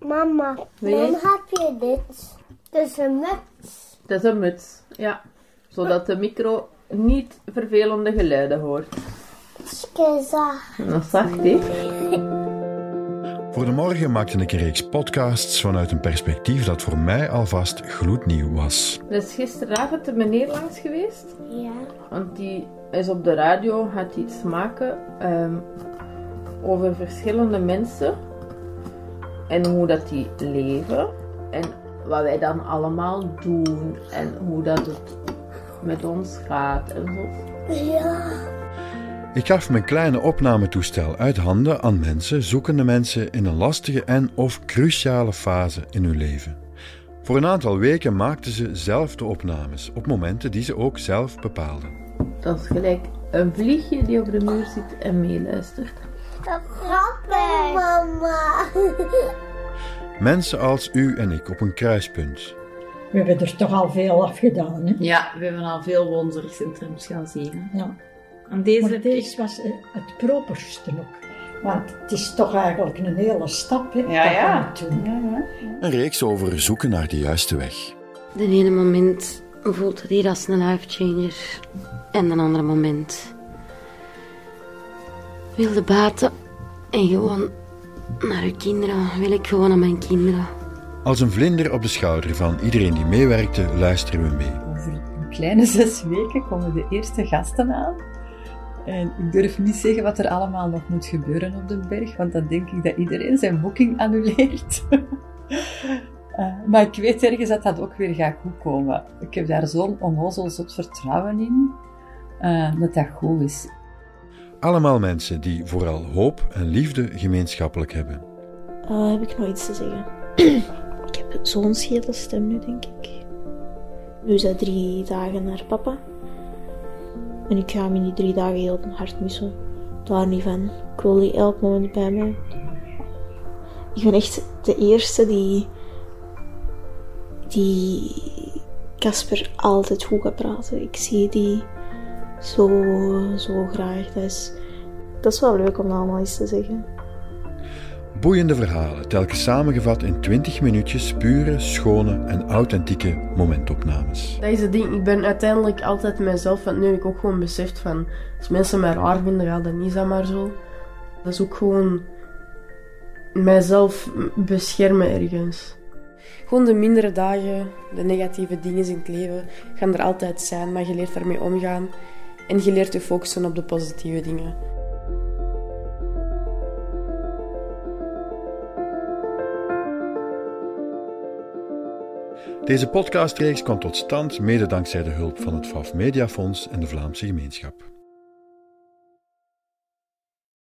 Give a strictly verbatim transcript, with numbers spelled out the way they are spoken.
Mama, Nee. waarom heb je dit? Het is een muts. Het is een muts, ja. Zodat de micro niet vervelende geluiden hoort. Zacht. Dat is zacht, hè? Voor de morgen maakte ik een reeks podcasts vanuit een perspectief dat voor mij alvast gloednieuw was. Er is gisteravond een meneer langs geweest. Ja. Want die is op de radio, gaat iets maken um, over verschillende mensen. En hoe dat die leven. En wat wij dan allemaal doen. En hoe dat het met ons gaat en zo. Ja. Ik gaf mijn kleine opnametoestel uit handen aan mensen, zoekende mensen in een lastige en of cruciale fase in hun leven. Voor een aantal weken maakten ze zelf de opnames, op momenten die ze ook zelf bepaalden. Dat is gelijk een vliegje die op de muur zit en meeluistert. Dat grappig, mama. Mensen als u en ik op een kruispunt. We hebben er toch al veel afgedaan, hè? Ja, we hebben al veel woonzorgcentrums gaan zien. Hè? Ja. En deze, Maar deze was het properste ook. Want het is toch eigenlijk een hele stap, hè? Ja, dat ja. we moeten doen. Ja, ja. Een reeks over zoeken naar de juiste weg. De ene moment voelt het hier als een life-changer. En de andere moment wilde baten. En gewoon naar uw kinderen. Wil ik gewoon aan mijn kinderen. Als een vlinder op de schouder van iedereen die meewerkte, luisteren we mee. Over een kleine zes weken komen de eerste gasten aan. En ik durf niet zeggen wat er allemaal nog moet gebeuren op de berg, want dan denk ik dat iedereen zijn boeking annuleert. uh, maar ik weet ergens dat dat ook weer gaat goed komen. Ik heb daar zo'n onnozel zot vertrouwen in, uh, dat dat goed is. Allemaal mensen die vooral hoop en liefde gemeenschappelijk hebben. Uh, heb ik nog iets te zeggen? Ik heb zo'n schedelstem nu, denk ik. Nu is dat drie dagen naar papa. En ik ga hem in die drie dagen heel hard missen. Daar niet van. Ik wil die elk moment bij mij. Ik ben echt de eerste die... die Casper altijd goed gaat praten. Ik zie die zo, zo graag. Dat is, dat is wel leuk om dat allemaal eens te zeggen. Boeiende verhalen, telkens samengevat in twintig minuutjes pure, schone en authentieke momentopnames. Dat is het ding, ik ben uiteindelijk altijd mezelf, want nu heb ik ook gewoon beseft van, als mensen mij raar vinden, ja, dan is dat maar zo. Dat is ook gewoon mijzelf beschermen ergens. Gewoon de mindere dagen, de negatieve dingen in het leven, gaan er altijd zijn, maar je leert daarmee omgaan en je leert je focussen op de positieve dingen. Deze podcastreeks kwam tot stand mede dankzij de hulp van het V A F Mediafonds en de Vlaamse gemeenschap.